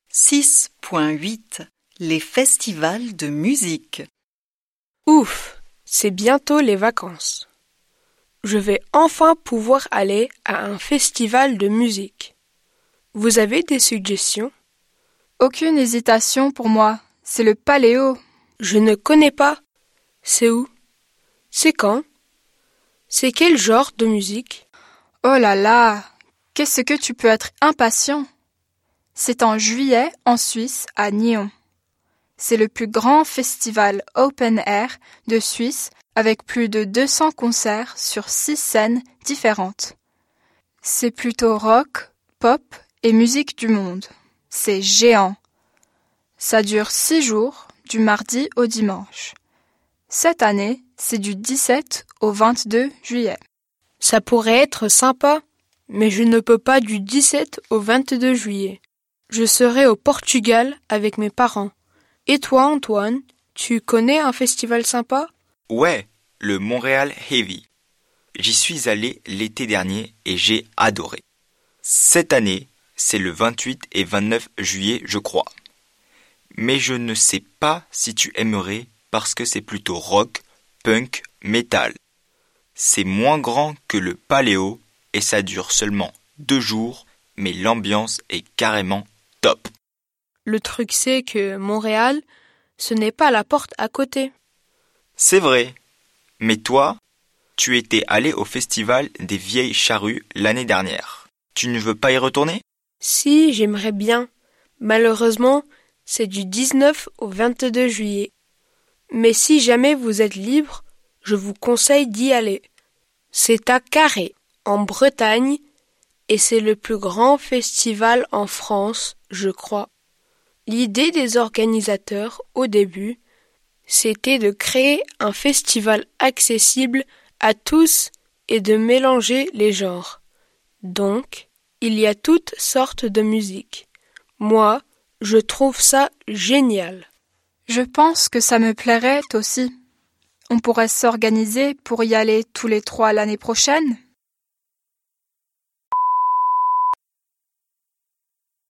6.8 Les festivals de musique. Ouf, c'est bientôt les vacances. Je vais enfin pouvoir aller à un festival de musique. Vous avez des suggestions? Aucune hésitation pour moi, c'est le Paléo. Je ne connais pas. C'est où? C'est quand? C'est quel genre de musique? Oh là là, qu'est-ce que tu peux être impatient? C'est en juillet en Suisse à Nyon. C'est le plus grand festival open air de Suisse avec plus de 200 concerts sur 6 scènes différentes. C'est plutôt rock, pop et musique du monde. C'est géant. Ça dure 6 jours, du mardi au dimanche. Cette année, c'est du 17 au 22 juillet. Ça pourrait être sympa, mais je ne peux pas du 17 au 22 juillet. Je serai au Portugal avec mes parents. Et toi, Antoine, tu connais un festival sympa? Ouais, le Montréal Heavy. J'y suis allé l'été dernier et j'ai adoré. Cette année, c'est le 28 et 29 juillet, je crois. Mais je ne sais pas si tu aimerais parce que c'est plutôt rock, punk, metal. C'est moins grand que le Paléo et ça dure seulement 2 jours, mais l'ambiance est carrément top. Le truc c'est que Montréal, ce n'est pas la porte à côté. C'est vrai. Mais toi, tu étais allé au festival des Vieilles Charrues l'année dernière. Tu ne veux pas y retourner? Si, j'aimerais bien. Malheureusement, c'est du 19 au 22 juillet. Mais si jamais vous êtes libre, je vous conseille d'y aller. C'est à Carhaix, en Bretagne, et c'est le plus grand festival en France, je crois. L'idée des organisateurs, au début, c'était de créer un festival accessible à tous et de mélanger les genres. Donc, il y a toutes sortes de musique. Moi, je trouve ça génial. Je pense que ça me plairait aussi. On pourrait s'organiser pour y aller tous les 3 l'année prochaine.